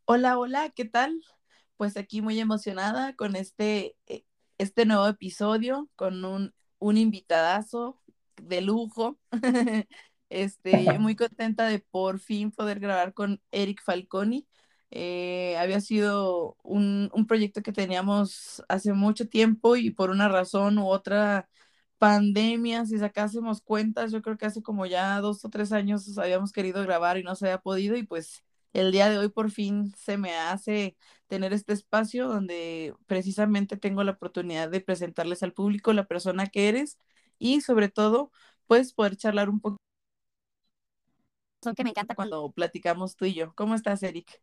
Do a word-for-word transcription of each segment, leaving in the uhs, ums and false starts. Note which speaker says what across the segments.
Speaker 1: Hola, hola, ¿qué tal? Pues aquí muy emocionada con este, eh, este nuevo episodio, con un, un invitadazo de lujo. Este, muy contenta de por fin poder grabar con Eric Falconi. Eh, había sido un, un proyecto que teníamos hace mucho tiempo y por una razón u otra, pandemia, si sacásemos cuentas, yo creo que hace como ya dos o tres años habíamos querido grabar y no se había podido y pues el día de hoy por fin se me hace tener este espacio donde precisamente tengo la oportunidad de presentarles al público la persona que eres y sobre todo, pues poder charlar un poco, que me encanta cuando platicamos tú y yo. ¿Cómo estás, Eric?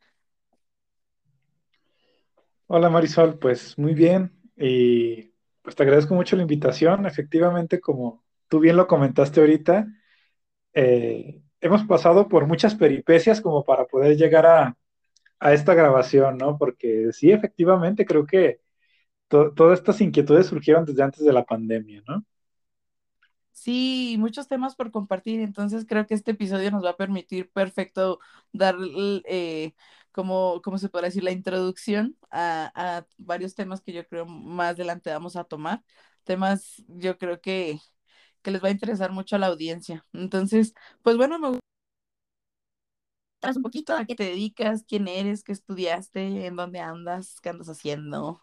Speaker 2: Hola Marisol, pues muy bien y pues te agradezco mucho la invitación. Efectivamente, como tú bien lo comentaste ahorita, eh, hemos pasado por muchas peripecias como para poder llegar a, a esta grabación, ¿no? Porque sí, efectivamente, creo que to- todas estas inquietudes surgieron desde antes de la pandemia, ¿no?
Speaker 1: Sí, muchos temas por compartir, entonces creo que este episodio nos va a permitir perfecto dar, eh, como, como se puede decir, la introducción a, a varios temas que yo creo más adelante vamos a tomar. Temas, yo creo que, que les va a interesar mucho a la audiencia. Entonces, pues bueno, me gustaría un poquito a qué te dedicas, quién eres, qué estudiaste, en dónde andas, qué andas haciendo.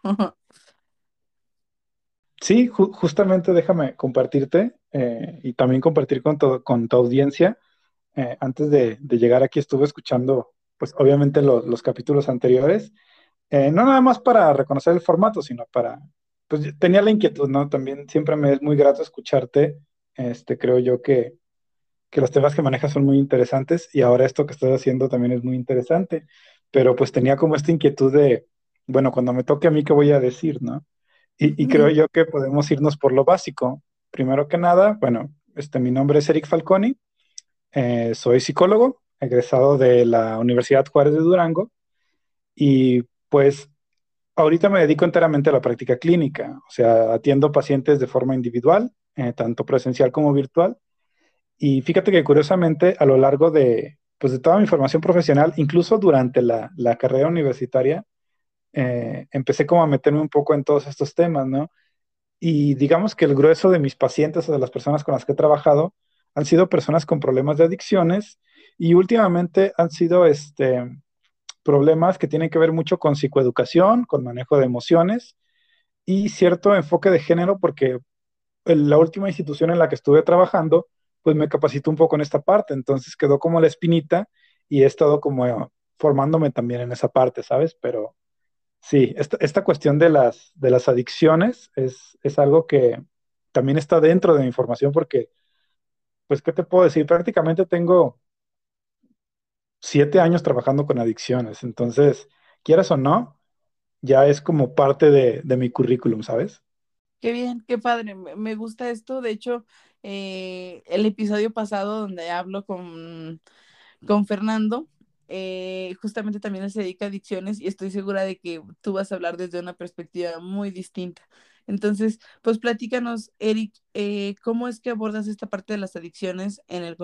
Speaker 2: Sí, ju- justamente déjame compartirte eh, y también compartir con tu, con tu audiencia. Eh, antes de, de llegar aquí estuve escuchando, pues obviamente lo- los capítulos anteriores. Eh, no nada más para reconocer el formato, sino para, pues yo tenía la inquietud, ¿no? También siempre me es muy grato escucharte. Este, creo yo que, que los temas que manejas son muy interesantes y ahora esto que estás haciendo también es muy interesante, pero pues tenía como esta inquietud de, bueno, cuando me toque a mí, ¿qué voy a decir, no? Y, y creo yo que podemos irnos por lo básico. Primero que nada, bueno, este, mi nombre es Eric Falconi, eh, soy psicólogo, egresado de la Universidad Juárez de Durango y pues ahorita me dedico enteramente a la práctica clínica, o sea, atiendo pacientes de forma individual, eh, tanto presencial como virtual. Y fíjate que curiosamente a lo largo de, pues, de toda mi formación profesional, incluso durante la, la carrera universitaria, eh, empecé como a meterme un poco en todos estos temas, ¿no? Y digamos que el grueso de mis pacientes o de las personas con las que he trabajado han sido personas con problemas de adicciones y últimamente han sido este, problemas que tienen que ver mucho con psicoeducación, con manejo de emociones y cierto enfoque de género, porque en la última institución en la que estuve trabajando, pues me capacitó un poco en esta parte, entonces quedó como la espinita y he estado como formándome también en esa parte, ¿sabes? Pero sí, esta, esta cuestión de las, de las adicciones es, es algo que también está dentro de mi formación porque, pues, ¿qué te puedo decir? Prácticamente tengo siete años trabajando con adicciones, entonces, quieras o no, ya es como parte de, de mi currículum, ¿sabes?
Speaker 1: Qué bien, qué padre, me me gusta esto. De hecho, eh, el episodio pasado donde hablo con, con Fernando, eh, justamente también él se dedica a adicciones y estoy segura de que tú vas a hablar desde una perspectiva muy distinta. Entonces, pues platícanos, Eric, eh, ¿cómo es que abordas esta parte de las adicciones en el...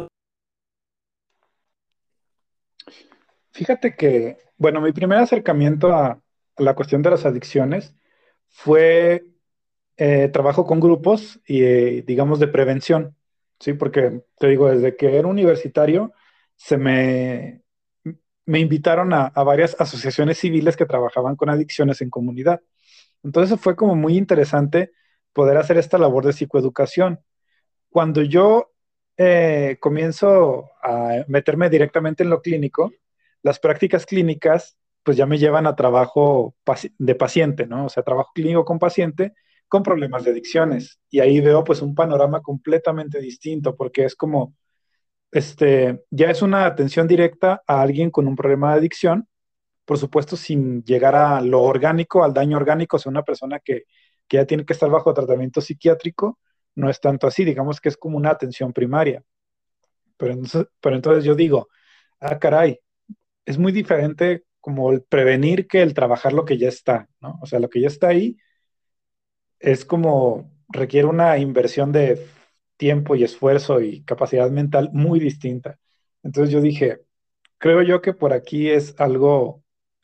Speaker 2: Fíjate que, bueno, mi primer acercamiento a, a la cuestión de las adicciones fue eh, trabajo con grupos y, eh, digamos, de prevención, ¿sí? Porque te digo, desde que era universitario, se me, me invitaron a, a varias asociaciones civiles que trabajaban con adicciones en comunidad. Entonces fue como muy interesante poder hacer esta labor de psicoeducación. Cuando yo eh, comienzo a meterme directamente en lo clínico, las prácticas clínicas pues ya me llevan a trabajo paci- de paciente, ¿no? O sea, trabajo clínico con paciente con problemas de adicciones. Y ahí veo pues un panorama completamente distinto porque es como, este, ya es una atención directa a alguien con un problema de adicción, por supuesto sin llegar a lo orgánico, al daño orgánico, o sea, una persona que, que ya tiene que estar bajo tratamiento psiquiátrico, no es tanto así, digamos que es como una atención primaria. Pero entonces, pero entonces yo digo, ah, caray, es muy diferente como el prevenir que el trabajar lo que ya está, ¿no? O sea, lo que ya está ahí es como requiere una inversión de tiempo y esfuerzo y capacidad mental muy distinta. Entonces yo dije, creo yo que por aquí es algo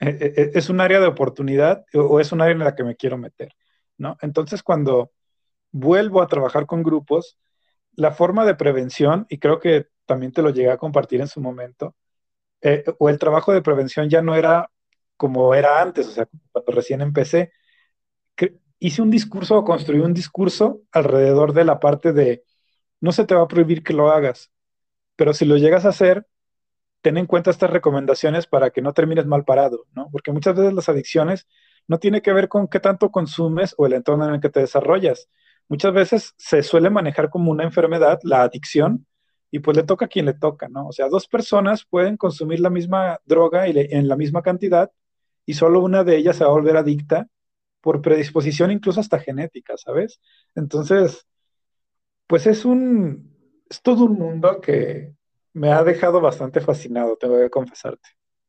Speaker 2: eh, eh, es un área de oportunidad o, o es un área en la que me quiero meter, ¿no? Entonces, cuando vuelvo a trabajar con grupos, la forma de prevención, y creo que también te lo llegué a compartir en su momento, eh, o el trabajo de prevención ya no era como era antes, o sea, cuando recién empecé, que hice un discurso o construí un discurso alrededor de la parte de no se te va a prohibir que lo hagas, pero si lo llegas a hacer, ten en cuenta estas recomendaciones para que no termines mal parado, ¿no? Porque muchas veces las adicciones no tiene que ver con qué tanto consumes o el entorno en el que te desarrollas. Muchas veces se suele manejar como una enfermedad, la adicción, y pues le toca a quien le toca, ¿no? O sea, dos personas pueden consumir la misma droga y le- en la misma cantidad y solo una de ellas se va a volver adicta por predisposición incluso hasta genética, ¿sabes? Entonces, pues es un, es todo un mundo que me ha dejado bastante fascinado, tengo que confesarte.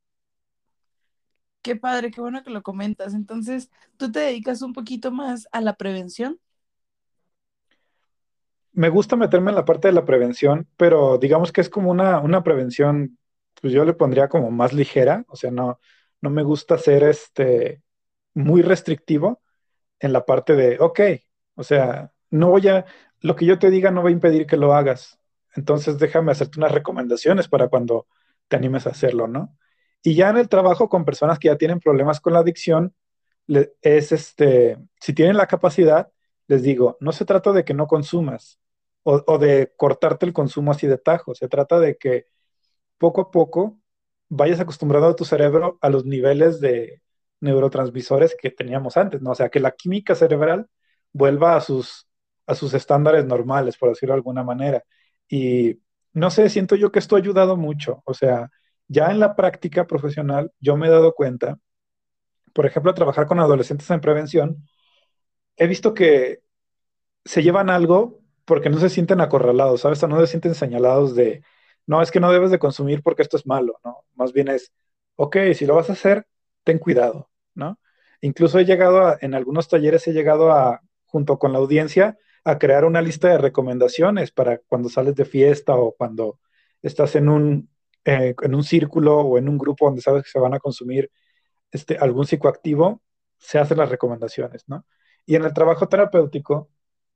Speaker 1: Qué padre, qué bueno que lo comentas. Entonces, ¿tú te dedicas un poquito más a la prevención?
Speaker 2: Me gusta meterme en la parte de la prevención, pero digamos que es como una, una prevención, pues yo le pondría como más ligera, o sea, no, no me gusta ser este muy restrictivo en la parte de, ok, o sea, no voy a, lo que yo te diga no va a impedir que lo hagas. Entonces déjame hacerte unas recomendaciones para cuando te animes a hacerlo, ¿no? Y ya en el trabajo con personas que ya tienen problemas con la adicción, le- es este, si tienen la capacidad, les digo, no se trata de que no consumas o, o de cortarte el consumo así de tajo, se trata de que poco a poco vayas acostumbrando a tu cerebro a los niveles de neurotransmisores que teníamos antes, ¿no? O sea, que la química cerebral vuelva a sus, a sus estándares normales, por decirlo de alguna manera. Y no sé, siento yo que esto ha ayudado mucho. O sea, ya en la práctica profesional, yo me he dado cuenta, por ejemplo, a trabajar con adolescentes en prevención, he visto que se llevan algo porque no se sienten acorralados, ¿sabes? O no se sienten señalados de, no, es que no debes de consumir porque esto es malo, ¿no? Más bien es, ok, si lo vas a hacer, ten cuidado, ¿no? Incluso he llegado a, en algunos talleres he llegado a, junto con la audiencia, a crear una lista de recomendaciones para cuando sales de fiesta o cuando estás en un, eh, en un círculo o en un grupo donde sabes que se van a consumir este, algún psicoactivo, se hacen las recomendaciones, ¿no? Y en el trabajo terapéutico,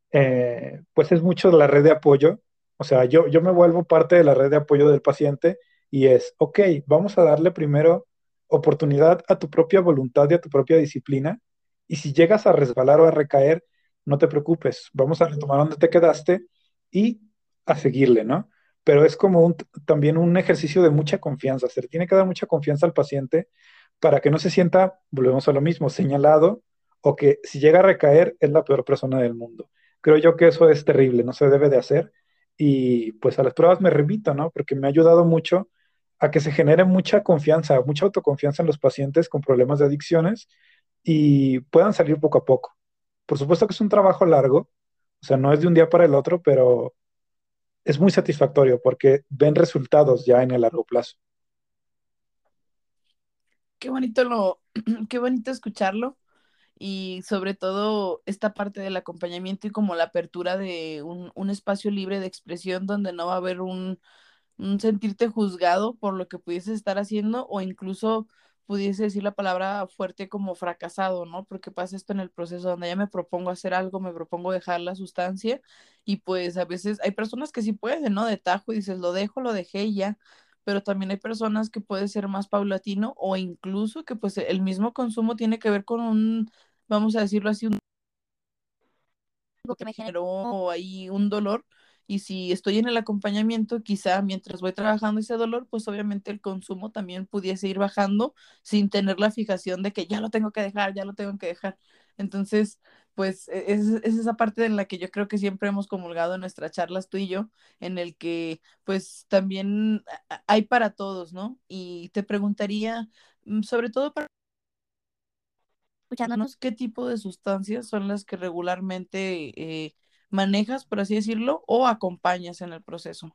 Speaker 2: eh, pues es mucho de la red de apoyo. O sea, yo, yo me vuelvo parte de la red de apoyo del paciente y es, ok, vamos a darle primero oportunidad a tu propia voluntad y a tu propia disciplina. Y si llegas a resbalar o a recaer, no te preocupes, vamos a retomar donde te quedaste y a seguirle, ¿no? Pero es como un, también un ejercicio de mucha confianza. Se le tiene que dar mucha confianza al paciente para que no se sienta, volvemos a lo mismo, señalado o que si llega a recaer es la peor persona del mundo. Creo yo que eso es terrible, no se debe de hacer. Y pues a las pruebas me remito, ¿no? Porque me ha ayudado mucho a que se genere mucha confianza, mucha autoconfianza en los pacientes con problemas de adicciones y puedan salir poco a poco. Por supuesto que es un trabajo largo, o sea, no es de un día para el otro, pero es muy satisfactorio porque ven resultados ya en el largo plazo.
Speaker 1: Qué bonito lo, qué bonito escucharlo y sobre todo esta parte del acompañamiento y como la apertura de un, un espacio libre de expresión donde no va a haber un, un sentirte juzgado por lo que pudieses estar haciendo o incluso pudiese decir la palabra fuerte como fracasado, ¿no? Porque pasa esto en el proceso donde ya me propongo hacer algo, me propongo dejar la sustancia y pues a veces hay personas que sí pueden, ¿no? De tajo y dices, lo dejo, lo dejé y ya, pero también hay personas que puede ser más paulatino o incluso que pues el mismo consumo tiene que ver con un, vamos a decirlo así, un que me generó ahí un dolor. Y si estoy en el acompañamiento, quizá mientras voy trabajando ese dolor, pues obviamente el consumo también pudiese ir bajando sin tener la fijación de que ya lo tengo que dejar, ya lo tengo que dejar. Entonces, pues e- es, es esa parte en la que yo creo que siempre hemos comulgado en nuestras charlas tú y yo, en el que pues también a- a- hay para todos, ¿no? Y te preguntaría, mm, sobre todo para escuchándonos, ¿qué tipo de sustancias son las que regularmente eh, manejas, por así decirlo, o acompañas en el proceso?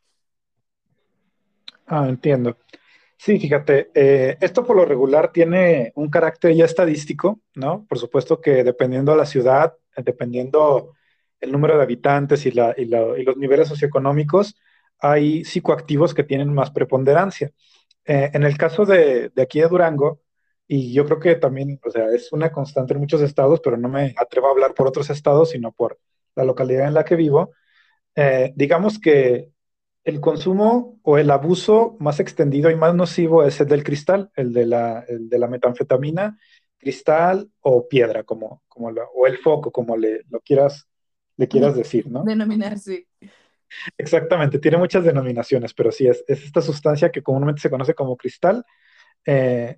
Speaker 2: Ah, entiendo. Sí, fíjate, eh, esto por lo regular tiene un carácter ya estadístico, ¿no? Por supuesto que dependiendo de la ciudad, eh, dependiendo el número de habitantes y, la, y, la- y los niveles socioeconómicos, hay psicoactivos que tienen más preponderancia. Eh, en el caso de, de aquí de Durango, y yo creo que también, o sea, es una constante en muchos estados, pero no me atrevo a hablar por otros estados, sino por la localidad en la que vivo. Eh, digamos que el consumo o el abuso más extendido y más nocivo es el del cristal, el de la, el de la metanfetamina, cristal o piedra, como, como la- o el foco, como le, lo quieras, le quieras decir, ¿no?
Speaker 1: Denominarse.
Speaker 2: Exactamente, tiene muchas denominaciones, pero sí, es, es esta sustancia que comúnmente se conoce como cristal. Eh,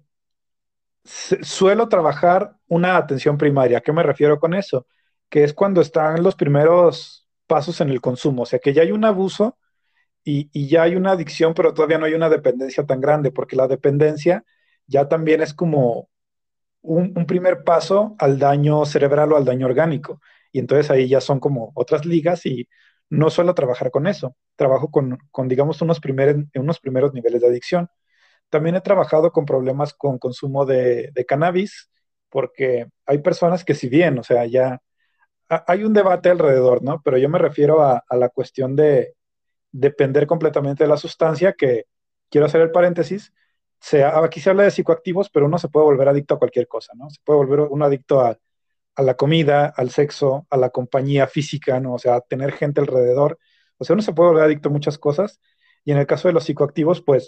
Speaker 2: se- Suelo trabajar una atención primaria. ¿A qué me refiero con eso? Que es cuando están los primeros pasos en el consumo, o sea, que ya hay un abuso y, y ya hay una adicción, pero todavía no hay una dependencia tan grande, porque la dependencia ya también es como un, un primer paso al daño cerebral o al daño orgánico. Y entonces ahí ya son como otras ligas y no suelo trabajar con eso. Trabajo con, con digamos, unos primeros, unos primeros niveles de adicción. También he trabajado con problemas con consumo de, de cannabis, porque hay personas que si bien, o sea, ya ha- hay un debate alrededor, ¿no? Pero yo me refiero a, a la cuestión de depender completamente de la sustancia, que quiero hacer el paréntesis, se, aquí se habla de psicoactivos, pero uno se puede volver adicto a cualquier cosa, ¿no? Se puede volver un adicto a, a la comida, al sexo, a la compañía física, ¿no? O sea, a tener gente alrededor. O sea, uno se puede volver adicto a muchas cosas. Y en el caso de los psicoactivos, pues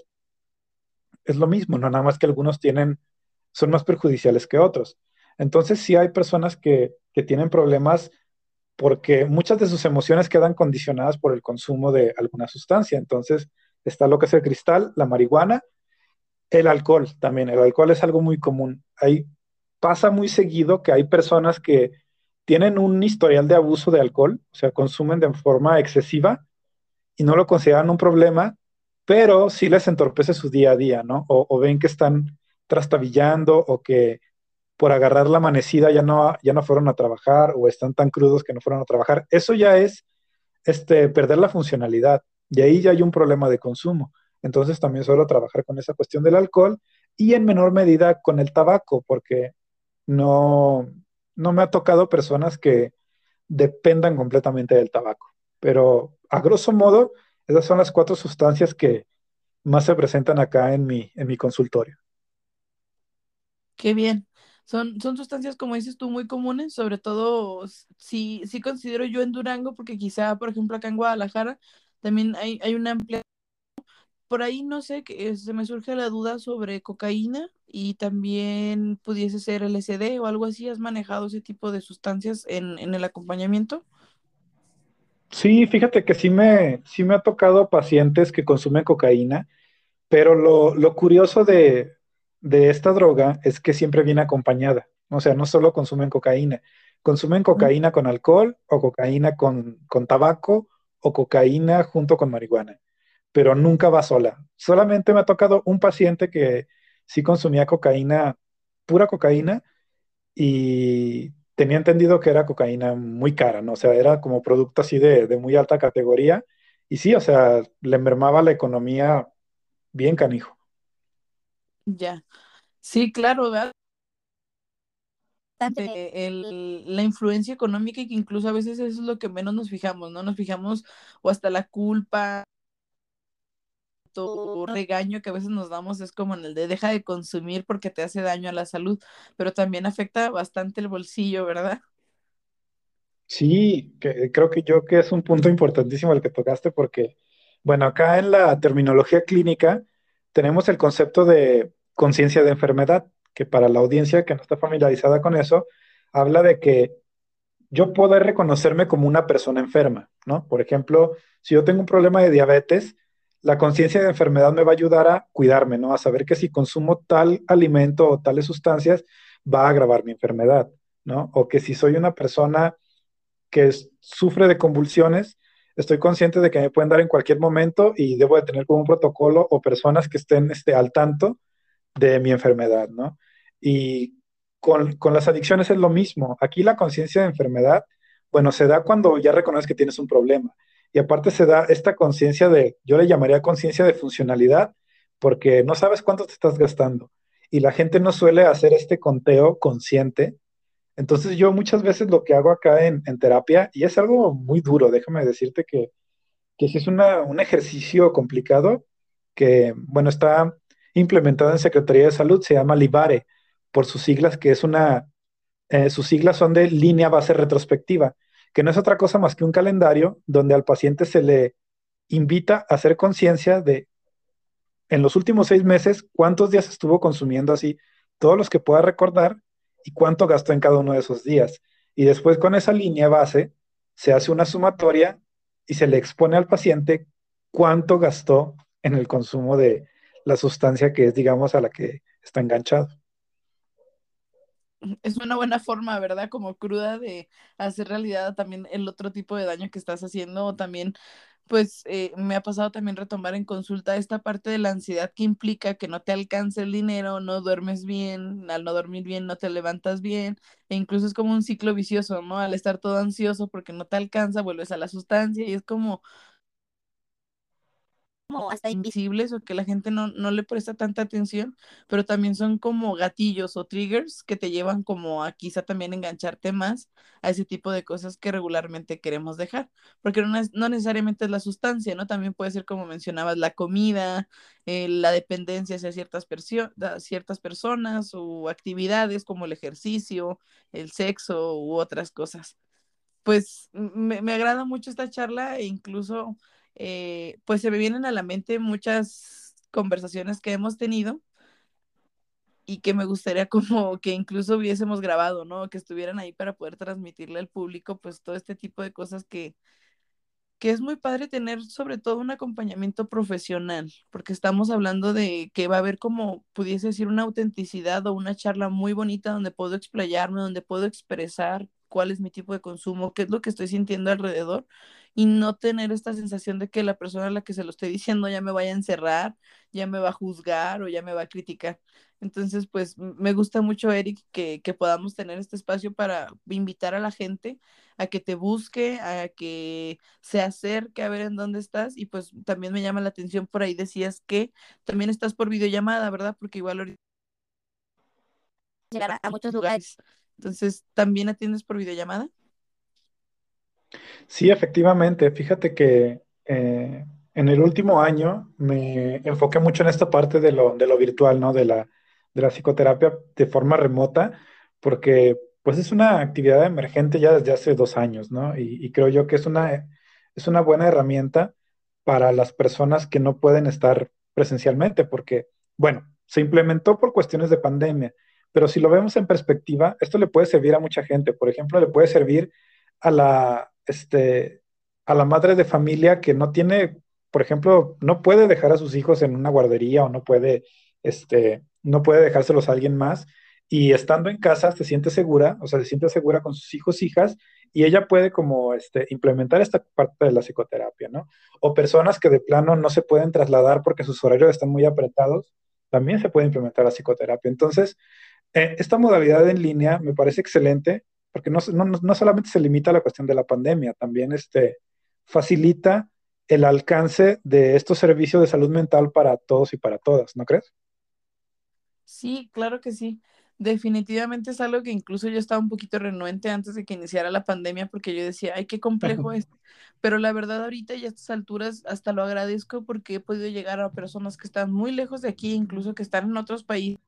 Speaker 2: es lo mismo, ¿no? Nada más que algunos tienen, son más perjudiciales que otros. Entonces, sí hay personas que, que tienen problemas porque muchas de sus emociones quedan condicionadas por el consumo de alguna sustancia. Entonces, está lo que es el cristal, la marihuana, el alcohol también. El alcohol es algo muy común. Ahí pasa muy seguido que hay personas que tienen un historial de abuso de alcohol, o sea, consumen de forma excesiva y no lo consideran un problema, pero sí les entorpece su día a día, ¿no? O, o ven que están trastabillando o que por agarrar la amanecida ya no, ya no fueron a trabajar o están tan crudos que no fueron a trabajar. Eso ya es este, perder la funcionalidad y ahí ya hay un problema de consumo. Entonces también suelo trabajar con esa cuestión del alcohol y en menor medida con el tabaco, porque no, no me ha tocado personas que dependan completamente del tabaco. Pero a grosso modo, esas son las cuatro sustancias que más se presentan acá en mi, en mi consultorio.
Speaker 1: Qué bien. Son, son sustancias, como dices tú, muy comunes, sobre todo s- sí, sí considero yo en Durango, porque quizá, por ejemplo, acá en Guadalajara también hay, hay una amplia, por ahí no sé, que eh, se me surge la duda sobre cocaína y también pudiese ser L S D o algo así. ¿Has manejado ese tipo de sustancias en, en el acompañamiento?
Speaker 2: Sí, fíjate que sí me, sí me ha tocado pacientes que consumen cocaína, pero lo, lo curioso de, de esta droga es que siempre viene acompañada. O sea, no solo consumen cocaína, consumen
Speaker 1: Mm.
Speaker 2: cocaína con alcohol o cocaína con, con tabaco o cocaína junto con marihuana, pero nunca va sola. Solamente me ha tocado un paciente que sí consumía cocaína, pura cocaína, y tenía entendido que era cocaína muy cara, ¿no? O sea, era como producto así de, de muy alta categoría. Y sí, o sea, le mermaba la economía bien canijo.
Speaker 1: Ya. Sí, claro, ¿verdad? De el- la influencia económica y que incluso a veces eso es lo que menos nos fijamos, ¿no? Nos fijamos o hasta la culpa o regaño que a veces nos damos es como en el de deja de consumir porque te hace daño a la salud, pero también afecta bastante el bolsillo, ¿verdad?
Speaker 2: Sí, que, creo que yo que es un punto importantísimo el que tocaste porque, bueno, acá en la terminología clínica tenemos el concepto de conciencia de enfermedad, que para la audiencia que no está familiarizada con eso, habla de que yo puedo reconocerme como una persona enferma, ¿no? Por ejemplo, si yo tengo un problema de diabetes, la conciencia de enfermedad me va a ayudar a cuidarme, ¿no? A saber que si consumo tal alimento o tales sustancias, va a agravar mi enfermedad, ¿no? O que si soy una persona que es- sufre de convulsiones, estoy consciente de que me pueden dar en cualquier momento y debo de tener como un protocolo o personas que estén este, al tanto de mi enfermedad, ¿no? Y con, con las adicciones es lo mismo. Aquí la conciencia de enfermedad, bueno, se da cuando ya reconoces que tienes un problema. Y aparte se da esta conciencia de, yo le llamaría conciencia de funcionalidad, porque no sabes cuánto te estás gastando. Y la gente no suele hacer este conteo consciente. Entonces yo muchas veces lo que hago acá en, en terapia, y es algo muy duro, déjame decirte que que sí es una, un ejercicio complicado que, bueno, está implementado en Secretaría de Salud, se llama Libare, por sus siglas, que es una, eh, sus siglas son de línea base retrospectiva, que no es otra cosa más que un calendario donde al paciente se le invita a hacer conciencia de en los últimos seis meses cuántos días estuvo consumiendo así, todos los que pueda recordar y cuánto gastó en cada uno de esos días. Y después con esa línea base se hace una sumatoria y se le expone al paciente cuánto gastó en el consumo de la sustancia que es, digamos, a la que está enganchado.
Speaker 1: Es una buena forma, ¿verdad? Como cruda de hacer realidad también el otro tipo de daño que estás haciendo. O también, pues, eh, me ha pasado también retomar en consulta esta parte de la ansiedad que implica que no te alcance el dinero, no duermes bien, al no dormir bien no te levantas bien, e incluso es como un ciclo vicioso, ¿no? Al estar todo ansioso porque no te alcanza, vuelves a la sustancia y es como como hasta invisibles o que la gente no, no le presta tanta atención, pero también son como gatillos o triggers que te llevan como a quizá también engancharte más a ese tipo de cosas que regularmente queremos dejar, porque no, es- no necesariamente es la sustancia, ¿no? También puede ser como mencionabas, la comida, eh, la dependencia hacia ciertas, persio- a ciertas personas o actividades como el ejercicio, el sexo u otras cosas. Pues me, me agrada mucho esta charla e incluso eh, pues se me vienen a la mente muchas conversaciones que hemos tenido y que me gustaría como que incluso hubiésemos grabado, ¿no? Que estuvieran ahí para poder transmitirle al público pues todo este tipo de cosas que, que es muy padre tener sobre todo un acompañamiento profesional, porque estamos hablando de que va a haber como pudiese decir una autenticidad o una charla muy bonita donde puedo explayarme, donde puedo expresar cuál es mi tipo de consumo, qué es lo que estoy sintiendo alrededor y no tener esta sensación de que la persona a la que se lo estoy diciendo ya me vaya a encerrar, ya me va a juzgar o ya me va a criticar. Entonces, pues m- me gusta mucho, Eric, que, que podamos tener este espacio para invitar a la gente a que te busque, a que se acerque a ver en dónde estás y pues también me llama la atención por ahí decías que también estás por videollamada, ¿verdad? Porque igual ahorita llegar a, a muchos lugares. Entonces, ¿también atiendes por videollamada?
Speaker 2: Sí, efectivamente. Fíjate que eh, en el último año me enfoqué mucho en esta parte de lo, de lo virtual, ¿no? De la, de la psicoterapia de forma remota, porque pues es una actividad emergente ya desde hace dos años, ¿no? Y, y creo yo que es una, es una buena herramienta para las personas que no pueden estar presencialmente, porque, bueno, se implementó por cuestiones de pandemia, pero si lo vemos en perspectiva, esto le puede servir a mucha gente. Por ejemplo, le puede servir a la, este, a la madre de familia que no tiene, por ejemplo, no puede dejar a sus hijos en una guardería o no puede, este, no puede dejárselos a alguien más y estando en casa se siente segura, o sea, se siente segura con sus hijos, hijas, y ella puede como este, implementar esta parte de la psicoterapia, ¿no? O personas que de plano no se pueden trasladar porque sus horarios están muy apretados, también se puede implementar la psicoterapia. Entonces, eh, esta modalidad en línea me parece excelente porque no, no, no solamente se limita a la cuestión de la pandemia, también este, facilita el alcance de estos servicios de salud mental para todos y para todas, ¿no crees?
Speaker 1: Sí, claro que sí. Definitivamente es algo que incluso yo estaba un poquito renuente antes de que iniciara la pandemia porque yo decía, ay, qué complejo es. Pero la verdad ahorita y a estas alturas hasta lo agradezco porque he podido llegar a personas que están muy lejos de aquí, incluso que están en otros países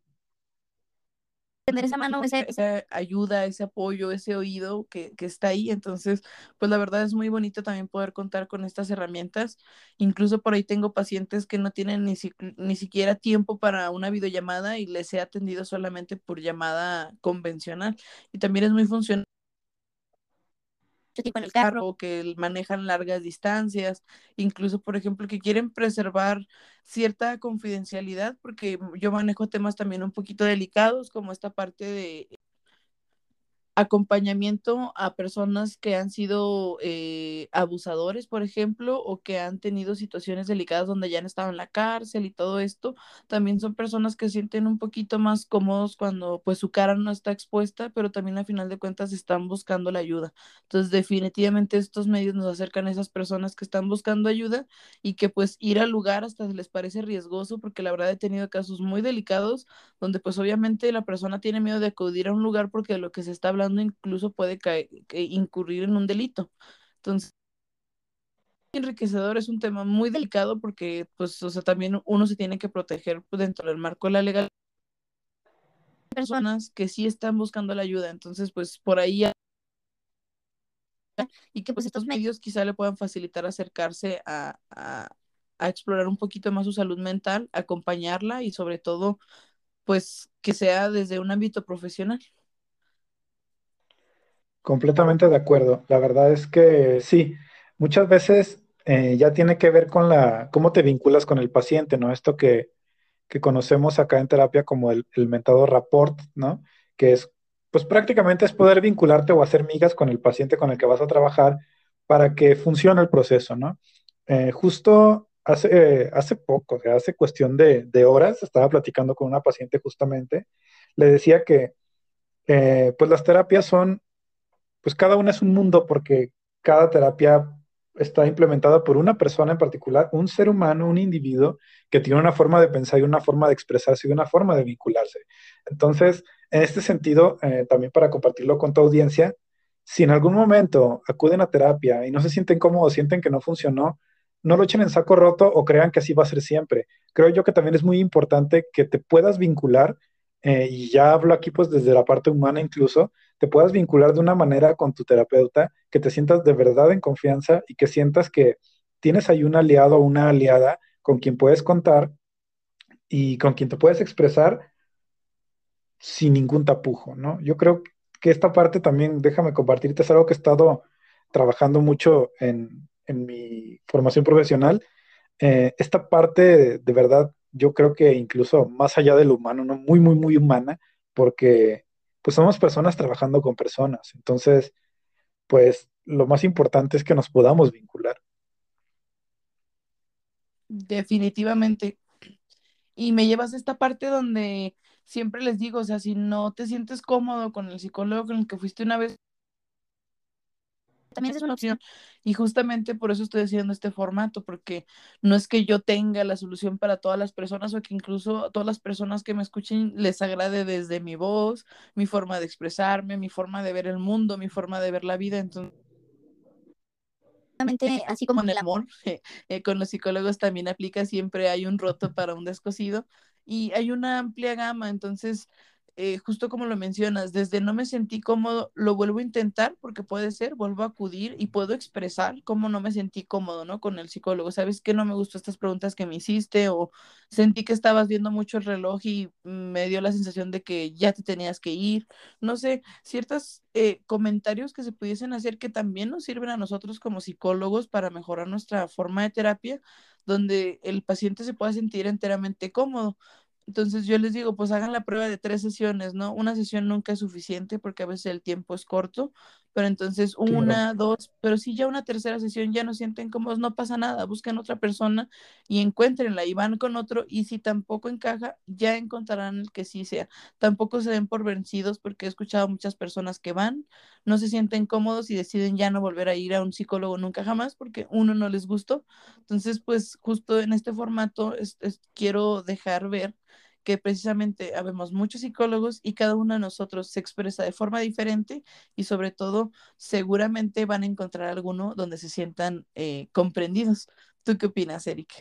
Speaker 1: tener esa mano, ese, esa ayuda, ese apoyo, ese oído que, que está ahí. Entonces, pues la verdad es muy bonito también poder contar con estas herramientas. Incluso por ahí tengo pacientes que no tienen ni, si- ni siquiera tiempo para una videollamada y les he atendido solamente por llamada convencional. Y también es muy funcional tipo en el carro o que manejan largas distancias, incluso, por ejemplo, que quieren preservar cierta confidencialidad, porque yo manejo temas también un poquito delicados, como esta parte de acompañamiento a personas que han sido eh, abusadores, por ejemplo, o que han tenido situaciones delicadas donde ya han estado en la cárcel y todo esto. También son personas que sienten un poquito más cómodos cuando pues su cara no está expuesta, pero también a final de cuentas están buscando la ayuda. Entonces, definitivamente estos medios nos acercan a esas personas que están buscando ayuda y que pues ir al lugar hasta les parece riesgoso, porque la verdad he tenido casos muy delicados donde pues obviamente la persona tiene miedo de acudir a un lugar porque de lo que se está hablando incluso puede caer, que incurrir en un delito. Entonces, enriquecedor es un tema muy delicado porque pues, o sea, también uno se tiene que proteger pues, dentro del marco de la legalidad, personas que sí están buscando la ayuda, entonces pues por ahí y que pues estos medios quizá le puedan facilitar acercarse a, a, a explorar un poquito más su salud mental, acompañarla y sobre todo pues que sea desde un ámbito profesional.
Speaker 2: Completamente de acuerdo. La verdad es que sí, muchas veces eh, ya tiene que ver con la, cómo te vinculas con el paciente, ¿no? Esto que, que conocemos acá en terapia como el, el mentado rapport, ¿no? Que es, pues prácticamente es poder vincularte o hacer migas con el paciente con el que vas a trabajar para que funcione el proceso, ¿no? Eh, justo hace, eh, hace poco, o sea, hace cuestión de, de horas, estaba platicando con una paciente justamente, le decía que eh, pues las terapias son pues cada una es un mundo porque cada terapia está implementada por una persona en particular, un ser humano, un individuo que tiene una forma de pensar y una forma de expresarse y una forma de vincularse. Entonces, en este sentido, eh, también para compartirlo con tu audiencia, si en algún momento acuden a terapia y no se sienten cómodos, sienten que no funcionó, no lo echen en saco roto o crean que así va a ser siempre. Creo yo que también es muy importante que te puedas vincular, eh, y ya hablo aquí pues desde la parte humana incluso, te puedas vincular de una manera con tu terapeuta, que te sientas de verdad en confianza y que sientas que tienes ahí un aliado o una aliada con quien puedes contar y con quien te puedes expresar sin ningún tapujo, ¿no? Yo creo que esta parte también, déjame compartirte, es algo que he estado trabajando mucho en, en mi formación profesional. Eh, esta parte, de, de verdad, yo creo que incluso más allá del humano, ¿no? Muy, muy, muy humana, porque pues somos personas trabajando con personas. Entonces, pues lo más importante es que nos podamos vincular.
Speaker 1: Definitivamente. Y me llevas a esta parte donde siempre les digo, o sea, si no te sientes cómodo con el psicólogo con el que fuiste una vez, también es una opción. Y justamente por eso estoy haciendo este formato, porque no es que yo tenga la solución para todas las personas o que incluso a todas las personas que me escuchen les agrade desde mi voz, mi forma de expresarme, mi forma de ver el mundo, mi forma de ver la vida. Entonces, así como en el amor, eh, con los psicólogos también aplica, siempre hay un roto para un descosido y hay una amplia gama, entonces, eh, justo como lo mencionas, desde no me sentí cómodo, lo vuelvo a intentar porque puede ser, vuelvo a acudir y puedo expresar cómo no me sentí cómodo, ¿no? Con el psicólogo, ¿sabes qué? No me gustó estas preguntas que me hiciste o sentí que estabas viendo mucho el reloj y me dio la sensación de que ya te tenías que ir, no sé, ciertos eh, comentarios que se pudiesen hacer que también nos sirven a nosotros como psicólogos para mejorar nuestra forma de terapia, donde el paciente se pueda sentir enteramente cómodo. Entonces yo les digo, pues hagan la prueba de tres sesiones, ¿no? Una sesión nunca es suficiente porque a veces el tiempo es corto, pero entonces
Speaker 2: Claro.
Speaker 1: una, dos, pero si ya una tercera sesión ya no sienten cómodos, no pasa nada, busquen otra persona y encuéntrenla y van con otro y si tampoco encaja, ya encontrarán el que sí sea. Tampoco se den por vencidos porque he escuchado muchas personas que van, no se sienten cómodos y deciden ya no volver a ir a un psicólogo nunca jamás porque uno no les gustó. Entonces, pues justo en este formato es, es, quiero dejar ver que precisamente habemos muchos psicólogos y cada uno de nosotros se expresa de forma diferente y sobre todo seguramente van a encontrar alguno donde se sientan eh, comprendidos. ¿Tú qué opinas, Eric?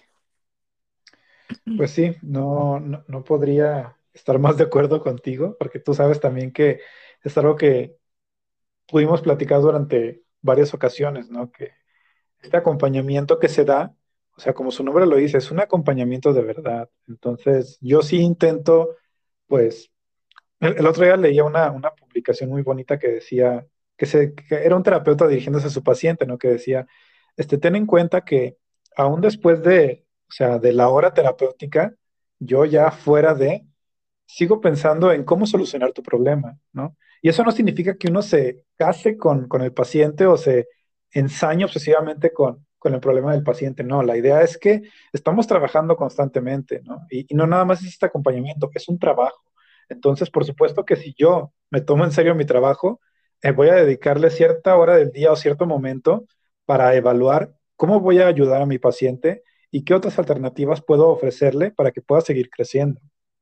Speaker 2: Pues sí, no, no, no podría estar más de acuerdo contigo, porque tú sabes también que es algo que pudimos platicar durante varias ocasiones, ¿no? Que este acompañamiento que se da, o sea, como su nombre lo dice, es un acompañamiento de verdad. Entonces, yo sí intento, pues, el, el otro día leía una, una publicación muy bonita que decía, que, se, que era un terapeuta dirigiéndose a su paciente, ¿no? Que decía, este, ten en cuenta que aún después de, o sea, de la hora terapéutica, yo ya fuera de, sigo pensando en cómo solucionar tu problema, ¿no? Y eso no significa que uno se case con, con el paciente o se ensañe obsesivamente con, con el problema del paciente, no, la idea es que estamos trabajando constantemente, ¿no? Y, y no nada más es este acompañamiento, es un trabajo. Entonces, por supuesto que si yo me tomo en serio mi trabajo, eh, voy a dedicarle cierta hora del día o cierto momento para evaluar cómo voy a ayudar a mi paciente y qué otras alternativas puedo ofrecerle para que pueda seguir creciendo.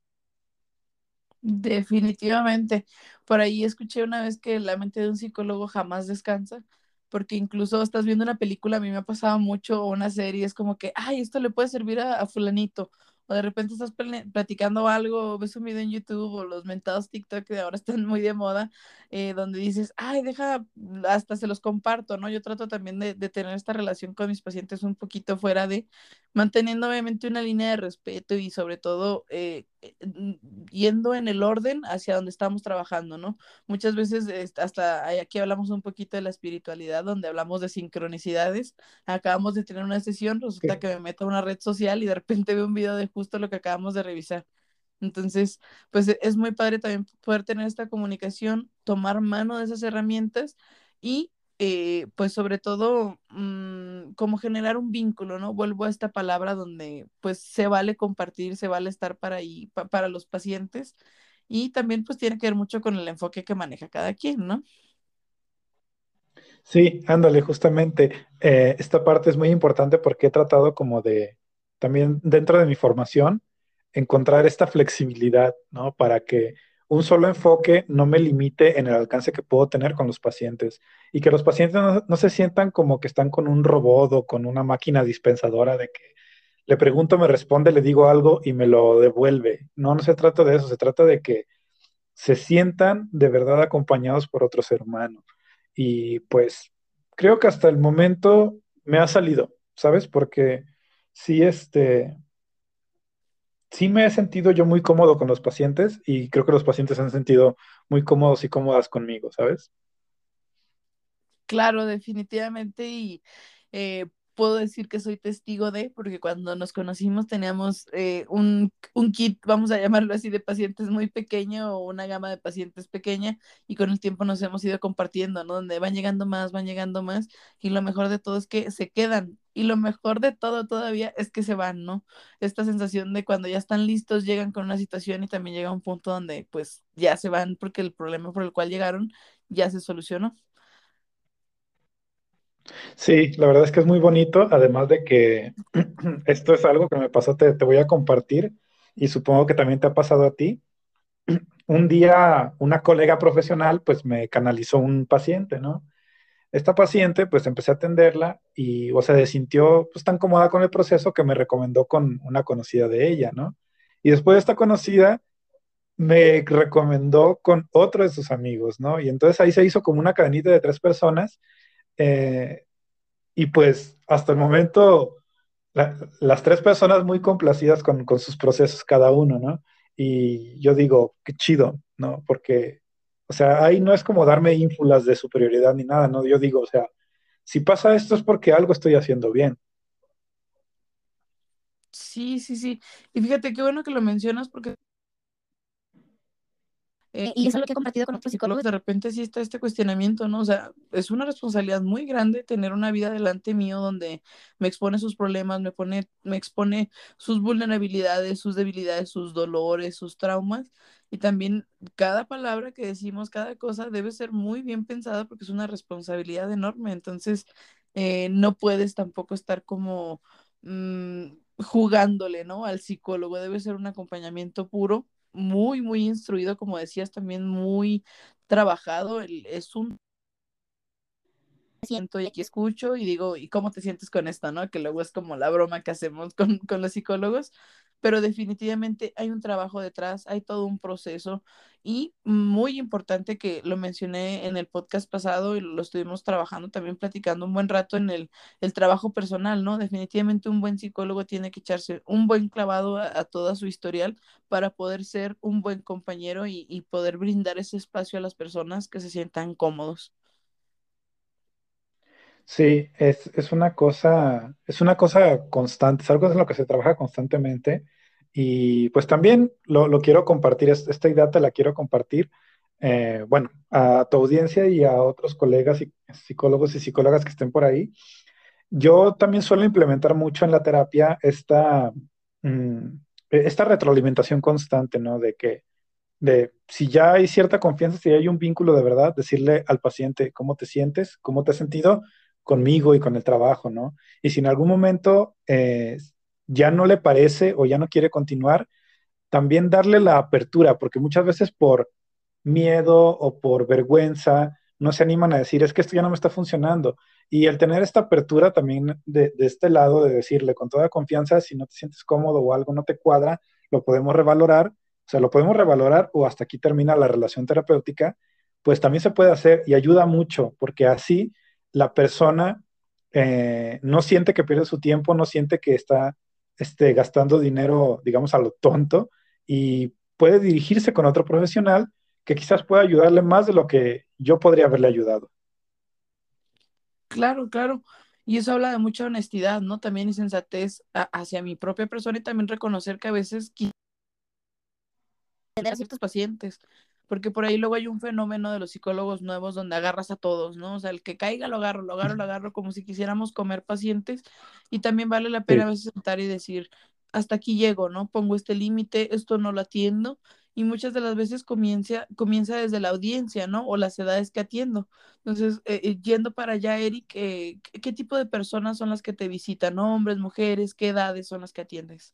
Speaker 1: Definitivamente. Por ahí escuché una vez que la mente de un psicólogo jamás descansa, porque incluso estás viendo una película, a mí me ha pasado mucho, o una serie, es como que, ay, esto le puede servir a, a fulanito, o de repente estás plane- platicando algo, o ves un video en YouTube o los mentados TikTok que ahora están muy de moda, eh, donde dices, ay, deja, hasta se los comparto, ¿no? Yo trato también de, de tener esta relación con mis pacientes un poquito fuera de, manteniendo obviamente una línea de respeto y sobre todo eh, eh, yendo en el orden hacia donde estamos trabajando, ¿no? Muchas veces este, hasta aquí hablamos un poquito de la espiritualidad, donde hablamos de sincronicidades. Acabamos de tener una sesión, resulta que me meto a una red social y de repente veo un video de justo lo que acabamos de revisar. Entonces, pues e- es muy padre también poder tener esta comunicación, tomar mano de esas herramientas y eh, pues sobre todo mm, como generar un vínculo, ¿no? Vuelvo a esta palabra donde pues se vale compartir, se vale estar para ahí, pa- para los pacientes y también pues tiene que ver mucho con el enfoque que maneja cada quien, ¿no?
Speaker 2: Sí, ándale, justamente. Eh, esta parte es muy importante porque he tratado como de, también dentro de mi formación, encontrar esta flexibilidad, ¿no? Para que un solo enfoque no me limite en el alcance que puedo tener con los pacientes y que los pacientes no, no se sientan como que están con un robot o con una máquina dispensadora de que le pregunto, me responde, le digo algo y me lo devuelve. No, no se trata de eso, se trata de que se sientan de verdad acompañados por otro ser humano. Y pues creo que hasta el momento me ha salido, ¿sabes? Porque sí, este, sí me he sentido yo muy cómodo con los pacientes y creo que los pacientes se han sentido muy cómodos y cómodas conmigo, ¿sabes?
Speaker 1: Claro, definitivamente y eh, puedo decir que soy testigo de, porque cuando nos conocimos teníamos eh, un, un kit, vamos a llamarlo así, de pacientes muy pequeño o una gama de pacientes pequeña y con el tiempo nos hemos ido compartiendo, ¿no? Donde van llegando más, van llegando más y lo mejor de todo es que se quedan y lo mejor de todo todavía es que se van, ¿no? Esta sensación de cuando ya están listos, llegan con una situación y también llega un punto donde pues ya se van porque el problema por el cual llegaron ya se solucionó.
Speaker 2: Sí, la verdad es que es muy bonito, además de que esto es algo que me pasó, te, te voy a compartir y supongo que también te ha pasado a ti. Un día una colega profesional pues me canalizó un paciente, ¿no? Esta paciente, pues empecé a atenderla y, o sea, se sintió pues tan cómoda con el proceso que me recomendó con una conocida de ella, ¿no? Y después de esta conocida, me recomendó con otro de sus amigos, ¿no? Y entonces ahí se hizo como una cadenita de tres personas eh, y pues hasta el momento la- las tres personas muy complacidas con, con sus procesos cada uno, ¿no? Y yo digo, qué chido, ¿no? Porque, o sea, ahí no es como darme ínfulas de superioridad ni nada, ¿no? Yo digo, o sea, si pasa esto es porque algo estoy haciendo bien.
Speaker 1: Sí, sí, sí. Y fíjate qué bueno que lo mencionas porque eh, y es algo que he compartido con otros psicólogos. De repente sí está este cuestionamiento, ¿no? O sea, es una responsabilidad muy grande tener una vida delante mío donde me expone sus problemas, me pone, me expone sus vulnerabilidades, sus debilidades, sus dolores, sus traumas. Y también cada palabra que decimos, cada cosa debe ser muy bien pensada porque es una responsabilidad enorme. Entonces, eh, no puedes tampoco estar como mm, jugándole, ¿no? Al psicólogo. Debe ser un acompañamiento puro muy, muy instruido, como decías, también muy trabajado. El- es un siento y aquí escucho y digo, ¿y cómo te sientes con esto, no? Que luego es como la broma que hacemos con, con los psicólogos, pero definitivamente hay un trabajo detrás, hay todo un proceso y muy importante que lo mencioné en el podcast pasado y lo estuvimos trabajando también platicando un buen rato en el, el trabajo personal, ¿no? Definitivamente un buen psicólogo tiene que echarse un buen clavado a, a toda su historial para poder ser un buen compañero y, y poder brindar ese espacio a las personas que se sientan cómodos.
Speaker 2: Sí, es, es una cosa, es una cosa constante, es algo en lo que se trabaja constantemente y pues también lo, lo quiero compartir, es- esta idea te la quiero compartir, eh, bueno, a tu audiencia y a otros colegas y psicólogos y psicólogas que estén por ahí. Yo también suelo implementar mucho en la terapia esta, mm, esta retroalimentación constante, ¿no? De que, de si ya hay cierta confianza, si hay un vínculo de verdad, decirle al paciente cómo te sientes, cómo te has sentido conmigo y con el trabajo, ¿no? Y si en algún momento eh, ya no le parece o ya no quiere continuar, también darle la apertura, porque muchas veces por miedo o por vergüenza no se animan a decir, es que esto ya no me está funcionando. Y el tener esta apertura también de, de este lado, de decirle con toda confianza, si no te sientes cómodo o algo no te cuadra, lo podemos revalorar, o sea, lo podemos revalorar o hasta aquí termina la relación terapéutica, pues también se puede hacer y ayuda mucho, porque así la persona eh, no siente que pierde su tiempo, no siente que está este, gastando dinero, digamos, a lo tonto, y puede dirigirse con otro profesional que quizás pueda ayudarle más de lo que yo podría haberle ayudado.
Speaker 1: Claro, claro. Y eso habla de mucha honestidad, ¿no? También y sensatez a- hacia mi propia persona y también reconocer que a veces quisiera tener a ciertos pacientes, porque por ahí luego hay un fenómeno de los psicólogos nuevos donde agarras a todos, ¿no? O sea, el que caiga lo agarro, lo agarro, lo agarro, como si quisiéramos comer pacientes y también vale la pena a
Speaker 2: Sí.
Speaker 1: veces sentar y decir, hasta aquí llego, ¿no? Pongo este límite, esto no lo atiendo y muchas de las veces comienza, comienza desde la audiencia, ¿no? O las edades que atiendo. Entonces, eh, eh, yendo para allá, Eric, eh, ¿qué, qué tipo de personas son las que te visitan? ¿Hombres, mujeres? ¿Qué edades son las que atiendes?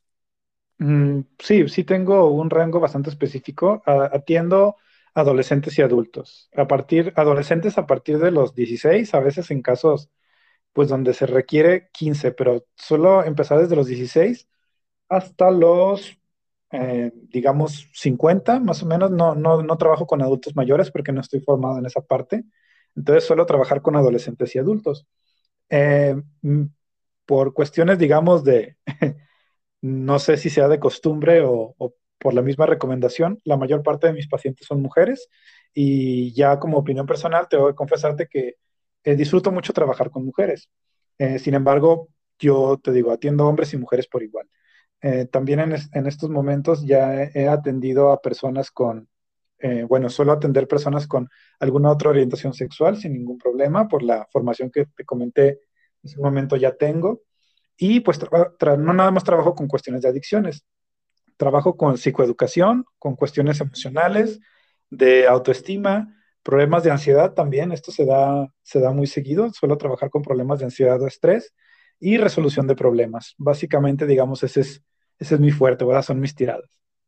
Speaker 2: Mm, sí, sí tengo un rango bastante específico. A- atiendo adolescentes y adultos. A partir, adolescentes a partir de los dieciséis, a veces en casos pues donde se requiere quince, pero suelo empezar desde los dieciséis hasta los, eh, digamos, cincuenta, más o menos. No, no, no trabajo con adultos mayores porque no estoy formado en esa parte. Entonces suelo trabajar con adolescentes y adultos. Eh, mm, por cuestiones, digamos, de, no sé si sea de costumbre o, o por la misma recomendación, la mayor parte de mis pacientes son mujeres y ya como opinión personal te voy a confesarte que eh, disfruto mucho trabajar con mujeres. Eh, sin embargo, yo te digo, atiendo hombres y mujeres por igual. Eh, también en, es- en estos momentos ya he, he atendido a personas con, eh, bueno, suelo atender personas con alguna otra orientación sexual sin ningún problema por la formación que te comenté en ese momento ya tengo. Y pues tra- tra- no nada más trabajo con cuestiones de adicciones, trabajo con psicoeducación, con cuestiones emocionales, de autoestima, problemas de ansiedad también, esto se da, se da muy seguido, suelo trabajar con problemas de ansiedad o estrés y resolución de problemas. Básicamente, digamos, ese es, ese es mi fuerte, ¿verdad? Son mis tiradas.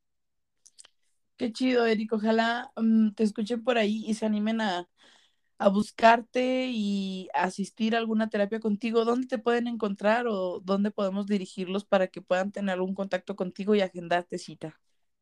Speaker 1: Qué chido, Eric. Ojalá mm, te escuchen por ahí y se animen a, a buscarte y asistir a alguna terapia contigo. ¿Dónde te pueden encontrar o dónde podemos dirigirlos para que puedan tener algún contacto contigo y agendarte cita?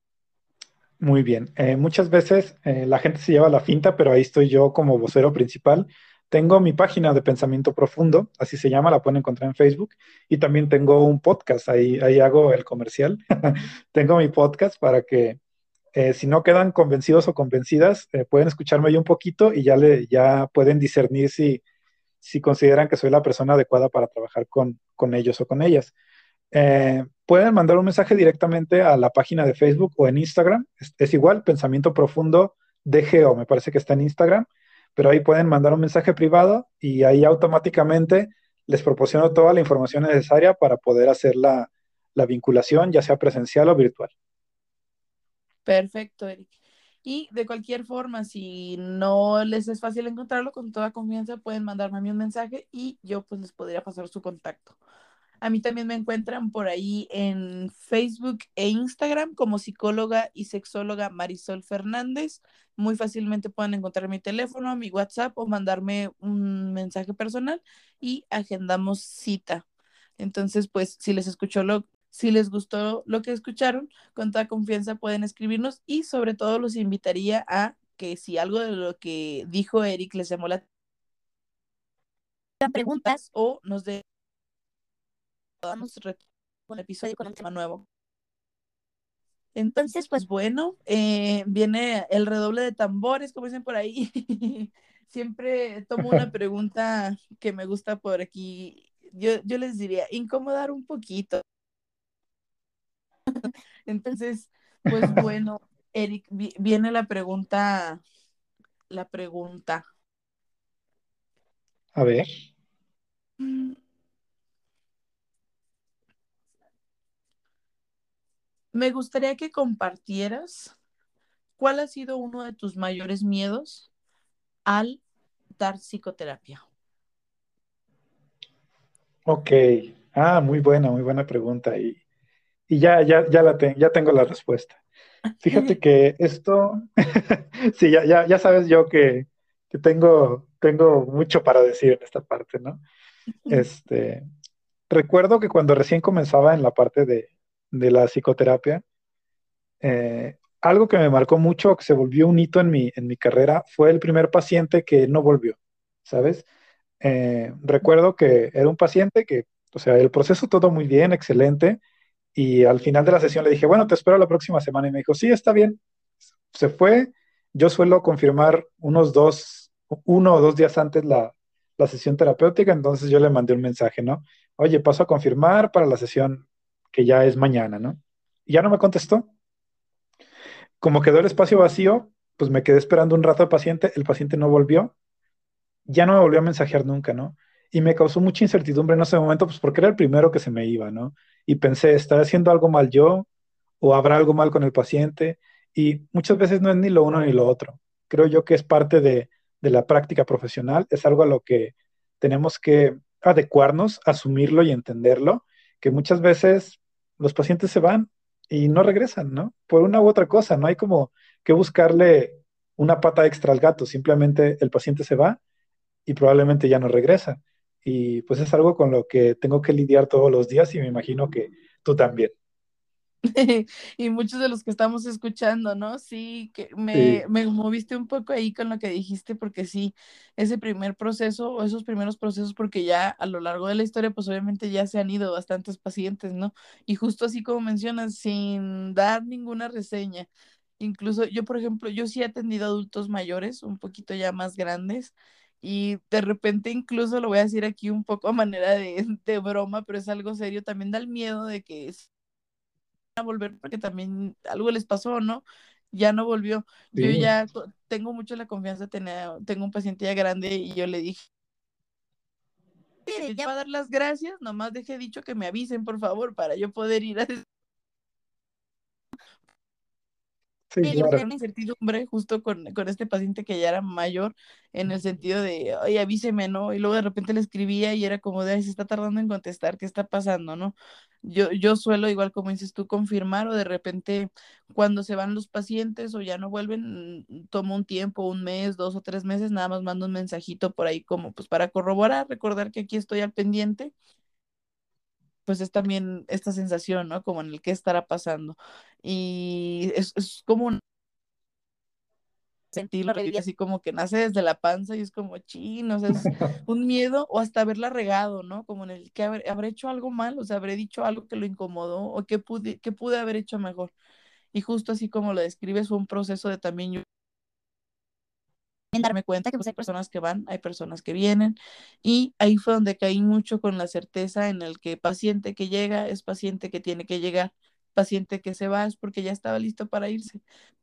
Speaker 2: Muy bien. Eh, muchas veces eh, la gente se lleva la finta, pero ahí estoy yo como vocero principal. Tengo mi página de Pensamiento Profundo, así se llama, la pueden encontrar en Facebook. Y también tengo un podcast, ahí, ahí hago el comercial. Tengo mi podcast para que eh, si no quedan convencidos o convencidas, eh, pueden escucharme yo un poquito y ya, le, ya pueden discernir si, si consideran que soy la persona adecuada para trabajar con, con ellos o con ellas. Eh, pueden mandar un mensaje directamente a la página de Facebook o en Instagram. Es, es igual, Pensamiento Profundo D G O, me parece que está en Instagram, pero ahí pueden mandar un mensaje privado y ahí automáticamente les proporciono toda la información necesaria para poder hacer la, la vinculación, ya sea presencial o virtual.
Speaker 1: Perfecto, Eric. Y de cualquier forma, si no les es fácil encontrarlo, con toda confianza pueden mandarme a mí un mensaje y yo pues les podría pasar su contacto. A mí también me encuentran por ahí en Facebook e Instagram como psicóloga y sexóloga Marisol Fernández. Muy fácilmente pueden encontrar mi teléfono, mi WhatsApp o mandarme un mensaje personal y agendamos cita. Entonces, pues, si les escuchó lo, si les gustó lo que escucharon, con toda confianza pueden escribirnos y sobre todo los invitaría a que si algo de lo que dijo Eric les llamó la atención, preguntas o nos den un episodio con un tema nuevo. Entonces, pues bueno, eh, viene el redoble de tambores, como dicen por ahí. Siempre tomo una pregunta que me gusta por aquí. Yo, yo les diría, incomodar un poquito. Entonces, pues bueno, Eric, vi- viene la pregunta, la pregunta.
Speaker 2: A ver,
Speaker 1: Mm, Me gustaría que compartieras cuál ha sido uno de tus mayores miedos al dar psicoterapia.
Speaker 2: ok. Ah, muy buena, muy buena pregunta. Y, y ya, ya, ya la ten- ya tengo la respuesta. Fíjate que esto, sí, ya, ya, ya sabes yo que, que tengo tengo mucho para decir en esta parte, ¿no? Este, recuerdo que cuando recién comenzaba en la parte de, de la psicoterapia, eh, algo que me marcó mucho, que se volvió un hito en mi, en mi carrera, fue el primer paciente que no volvió, ¿sabes? Eh, recuerdo que era un paciente que, o sea, el proceso todo muy bien, excelente, y al final de la sesión le dije, bueno, te espero la próxima semana, y me dijo, sí, está bien. Se fue, yo suelo confirmar unos dos, uno o dos días antes la, la sesión terapéutica, entonces yo le mandé un mensaje, ¿no? Oye, paso a confirmar para la sesión que ya es mañana, ¿no? Y ya no me contestó. Como quedó el espacio vacío, pues me quedé esperando un rato al paciente, el paciente no volvió, ya no me volvió a mensajear nunca, ¿no? Y me causó mucha incertidumbre en ese momento, pues porque era el primero que se me iba, ¿no? Y pensé, ¿estaré haciendo algo mal yo? ¿O habrá algo mal con el paciente? Y muchas veces no es ni lo uno ni lo otro. Creo yo que es parte de, de la práctica profesional, es algo a lo que tenemos que adecuarnos, asumirlo y entenderlo, que muchas veces los pacientes se van y no regresan, ¿no? Por una u otra cosa, no hay como que buscarle una pata extra al gato, simplemente el paciente se va y probablemente ya no regresa. Y pues es algo con lo que tengo que lidiar todos los días y me imagino que tú también.
Speaker 1: Y muchos de los que estamos escuchando, ¿no? Sí, que me,
Speaker 2: Sí,
Speaker 1: me moviste un poco ahí con lo que dijiste, porque sí, ese primer proceso o esos primeros procesos, porque ya a lo largo de la historia, pues obviamente ya se han ido bastantes pacientes, ¿no? Y justo así como mencionas, sin dar ninguna reseña. Incluso yo, por ejemplo, yo sí he atendido adultos mayores, un poquito ya más grandes. Y de repente incluso lo voy a decir aquí un poco a manera de, de broma, pero es algo serio, también da el miedo de que a volver porque también algo les pasó, ¿no? Ya no volvió. Yo
Speaker 2: sí,
Speaker 1: ya co- tengo mucho la confianza de tener, tengo un paciente ya grande y yo le dije, "Mire, ya va a dar las gracias, nomás deje dicho que me avisen, por favor, para yo poder ir a
Speaker 2: sí,
Speaker 1: llevo
Speaker 2: claro.
Speaker 1: una incertidumbre justo con, con este paciente que ya era mayor, en el sentido de, oye, avíseme, ¿no? Y luego de repente le escribía y era como de, ay, se está tardando en contestar, ¿qué está pasando, no? Yo, yo suelo, igual como dices tú, confirmar o de repente cuando se van los pacientes o ya no vuelven, mm, tomo un tiempo, un mes, dos o tres meses, nada más mando un mensajito por ahí como pues para corroborar, recordar que aquí estoy al pendiente, pues es también esta sensación, ¿no? Como en el qué estará pasando. Y es, es como un sentirlo revivir así como que nace desde la panza y es como chin, o sea, es un miedo o hasta haberla regado, ¿no? Como en el que habré, habré hecho algo mal, o sea, habré dicho algo que lo incomodó o que pude, que pude haber hecho mejor. Y justo así como lo describes, fue un proceso de también yo darme cuenta que pues hay personas que van, hay personas que vienen y ahí fue donde caí mucho con la certeza en el que paciente que llega es paciente que tiene que llegar, paciente que se va es porque ya estaba listo para irse.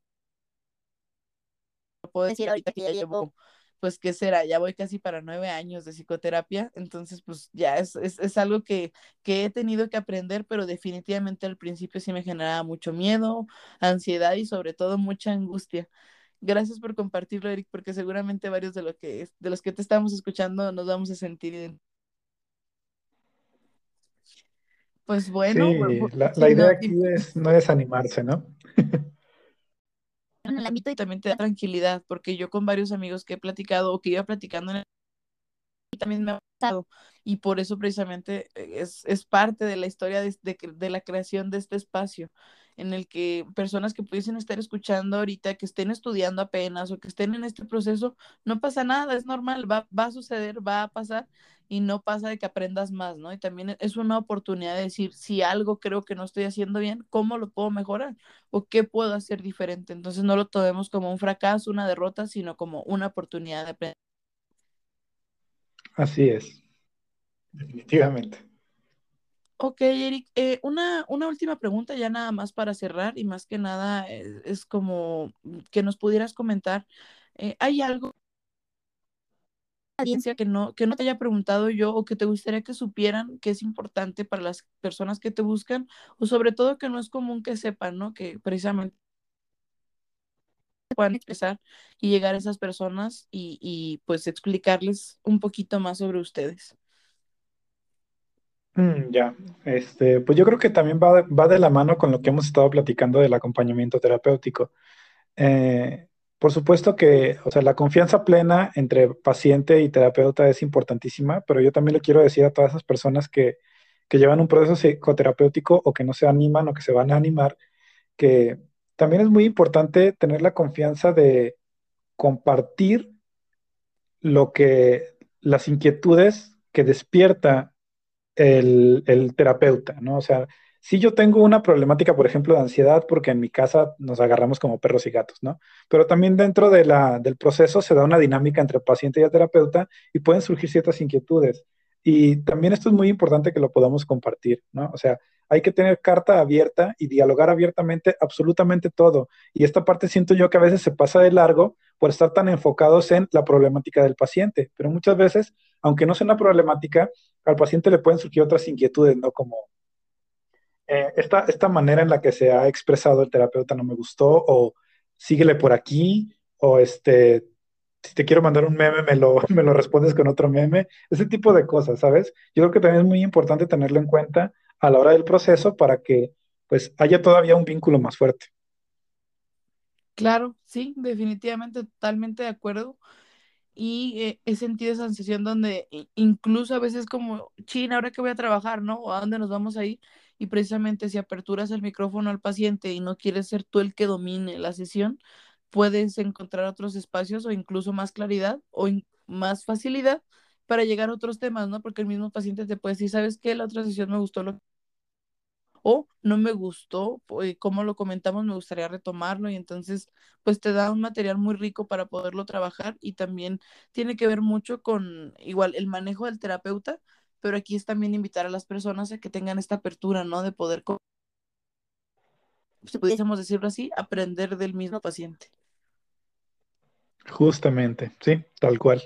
Speaker 1: Puedo decir ahorita que ya llevo, pues, ¿qué será? Ya voy casi para nueve años de psicoterapia, entonces, pues, ya es, es, es algo que, que he tenido que aprender, pero definitivamente al principio sí me generaba mucho miedo, ansiedad y sobre todo mucha angustia. Gracias por compartirlo, Eric, porque seguramente varios de, lo que, de los que te estamos escuchando nos vamos a sentir ident- Pues bueno, bu-
Speaker 2: Sí,
Speaker 1: bu-
Speaker 2: la, la
Speaker 1: sí,
Speaker 2: idea
Speaker 1: no,
Speaker 2: aquí es no desanimarse, ¿no?
Speaker 1: en el ámbito y también te da tranquilidad, porque yo con varios amigos que he platicado o que iba platicando en el también me ha pasado. Y por eso precisamente eh, es, es parte de la historia de, de, de la creación de este espacio en el que personas que pudiesen estar escuchando ahorita, que estén estudiando apenas o que estén en este proceso, no pasa nada, es normal, va, va a suceder, va a pasar y no pasa de que aprendas más, ¿no? Y también es una oportunidad de decir, si algo creo que no estoy haciendo bien, ¿cómo lo puedo mejorar? ¿O qué puedo hacer diferente? Entonces no lo tomemos como un fracaso, una derrota, sino como una oportunidad de aprender.
Speaker 2: Así es, definitivamente.
Speaker 1: Ok, Eric, eh, una, una última pregunta ya nada más para cerrar y más que nada eh, es como que nos pudieras comentar, eh, ¿hay algo audiencia que no, que no te haya preguntado yo o que te gustaría que supieran que es importante para las personas que te buscan o sobre todo que no es común que sepan, ¿no? Que precisamente puedan expresar y llegar a esas personas y, y pues explicarles un poquito más sobre ustedes.
Speaker 2: Mm, ya, este, pues yo creo que también va, va de la mano con lo que hemos estado platicando del acompañamiento terapéutico. Eh, Por supuesto que, o sea, la confianza plena entre paciente y terapeuta es importantísima, pero yo también le quiero decir a todas esas personas que, que llevan un proceso psicoterapéutico o que no se animan o que se van a animar, que también es muy importante tener la confianza de compartir lo que, las inquietudes que despierta el, el terapeuta, ¿no? O sea, si yo tengo una problemática, por ejemplo, de ansiedad, porque en mi casa nos agarramos como perros y gatos, ¿no? Pero también dentro de la, del proceso se da una dinámica entre paciente y el terapeuta y pueden surgir ciertas inquietudes. Y también esto es muy importante que lo podamos compartir, ¿no? O sea, hay que tener carta abierta y dialogar abiertamente absolutamente todo. Y esta parte siento yo que a veces se pasa de largo por estar tan enfocados en la problemática del paciente, pero muchas veces, aunque no sea una problemática, al paciente le pueden surgir otras inquietudes, ¿no? Como eh, esta, esta manera en la que se ha expresado el terapeuta no me gustó, o síguele por aquí, o este, si te quiero mandar un meme, me lo, me lo respondes con otro meme, ese tipo de cosas, ¿sabes? Yo creo que también es muy importante tenerlo en cuenta a la hora del proceso para que pues haya todavía un vínculo más fuerte.
Speaker 1: Claro, sí, definitivamente, totalmente de acuerdo. Y eh, he sentido esa sensación donde i- incluso a veces como, chin, ahora que voy a trabajar, ¿no? ¿O a dónde nos vamos a ir? Y precisamente si aperturas el micrófono al paciente y no quieres ser tú el que domine la sesión, puedes encontrar otros espacios o incluso más claridad o in- más facilidad para llegar a otros temas, ¿no? Porque el mismo paciente te puede decir, ¿sabes qué? La otra sesión me gustó lo o no me gustó, eh, como lo comentamos, me gustaría retomarlo y entonces pues te da un material muy rico para poderlo trabajar y también tiene que ver mucho con igual el manejo del terapeuta, pero aquí es también invitar a las personas a que tengan esta apertura, ¿no? De poder, co- si pudiésemos decirlo así, aprender del mismo paciente.
Speaker 2: Justamente, sí, tal cual.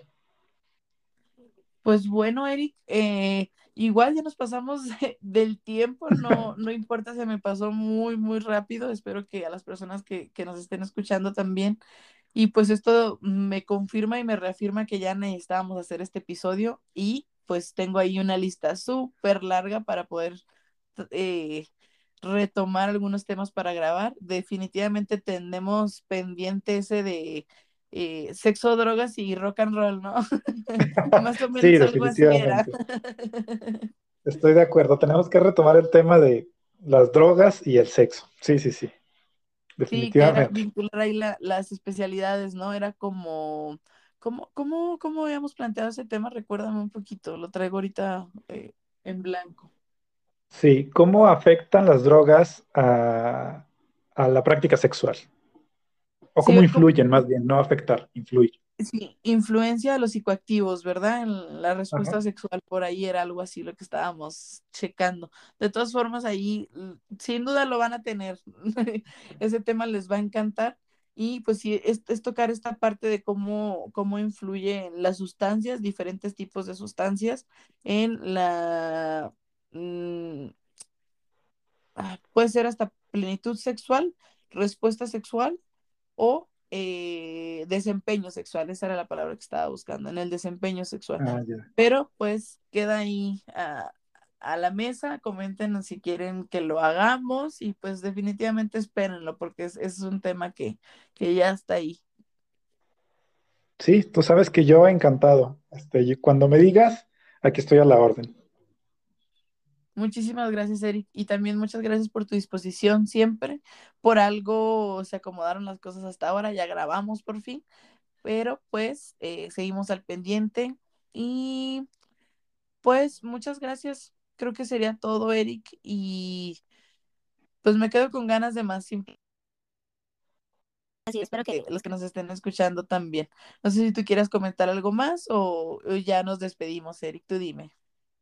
Speaker 1: Pues bueno, Eric, eh, igual ya nos pasamos de- del tiempo, no, no importa, se me pasó muy, muy rápido. Espero que a las personas que, que nos estén escuchando también. Y pues esto me confirma y me reafirma que ya necesitábamos hacer este episodio y pues tengo ahí una lista súper larga para poder eh, retomar algunos temas para grabar. Definitivamente tenemos pendiente ese de eh, sexo, drogas y rock and roll, ¿no? Más o
Speaker 2: Sí,
Speaker 1: menos algo así era.
Speaker 2: definitivamente. Estoy de acuerdo. Tenemos que retomar el tema de las drogas y el sexo. Sí, sí, sí,
Speaker 1: Sí, que era
Speaker 2: definitivamente.
Speaker 1: vincular ahí la- las especialidades, ¿no? Era como, ¿cómo, cómo, cómo habíamos planteado ese tema? Recuérdame un poquito, lo traigo ahorita eh, en blanco.
Speaker 2: Sí, ¿cómo afectan las drogas a, a la práctica sexual? O
Speaker 1: Sí,
Speaker 2: cómo
Speaker 1: como
Speaker 2: influyen, más bien, no afectar, influir.
Speaker 1: sí, influencia de los psicoactivos, ¿verdad? En la
Speaker 2: Ajá.
Speaker 1: respuesta sexual por ahí era algo así lo que estábamos checando. De todas formas, ahí l- sin duda lo van a tener. Ese tema les va a encantar. Y pues sí, es, es tocar esta parte de cómo, cómo influyen las sustancias, diferentes tipos de sustancias, en la, mm, ah, puede ser hasta plenitud sexual, respuesta sexual o eh, desempeño sexual. Esa era la palabra que estaba buscando, en el desempeño sexual.
Speaker 2: Ah, ya.
Speaker 1: Pero pues queda ahí a, a la mesa, comenten si quieren que lo hagamos y pues definitivamente espérenlo porque es, es un tema que, que ya está ahí.
Speaker 2: Sí, tú sabes que yo encantado. Este, y cuando me digas, aquí estoy a la orden.
Speaker 1: Muchísimas gracias, Eric, y también muchas gracias por tu disposición siempre. Por algo se acomodaron las cosas hasta ahora, ya grabamos por fin, pero pues eh, seguimos al pendiente y pues muchas gracias. Creo que sería todo, Eric, y pues me quedo con ganas de más. Simple-
Speaker 3: Así espero que
Speaker 1: que los que nos estén escuchando también. No sé si tú quieras comentar algo más o, o ya nos despedimos, Eric, tú dime.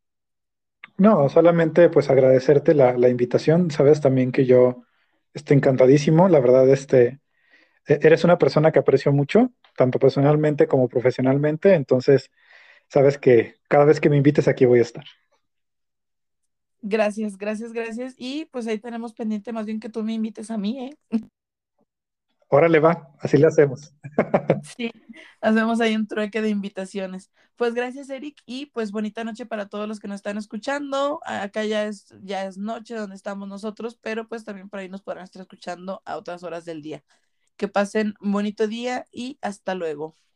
Speaker 2: No, solamente pues agradecerte la, la invitación. Sabes también que yo estoy encantadísimo. La verdad, este, e- eres una persona que aprecio mucho, tanto personalmente como profesionalmente. Entonces, sabes que cada vez que me invites aquí voy a estar.
Speaker 1: Gracias, gracias, gracias. Y pues ahí tenemos pendiente más bien que tú me invites a mí, ¿eh?
Speaker 2: Órale, va, así le hacemos.
Speaker 1: Sí, hacemos ahí un trueque de invitaciones. Pues gracias, Eric, y pues bonita noche para todos los que nos están escuchando. Acá ya es, ya es noche donde estamos nosotros, pero pues también por ahí nos podrán estar escuchando a otras horas del día. Que pasen un bonito día y hasta luego.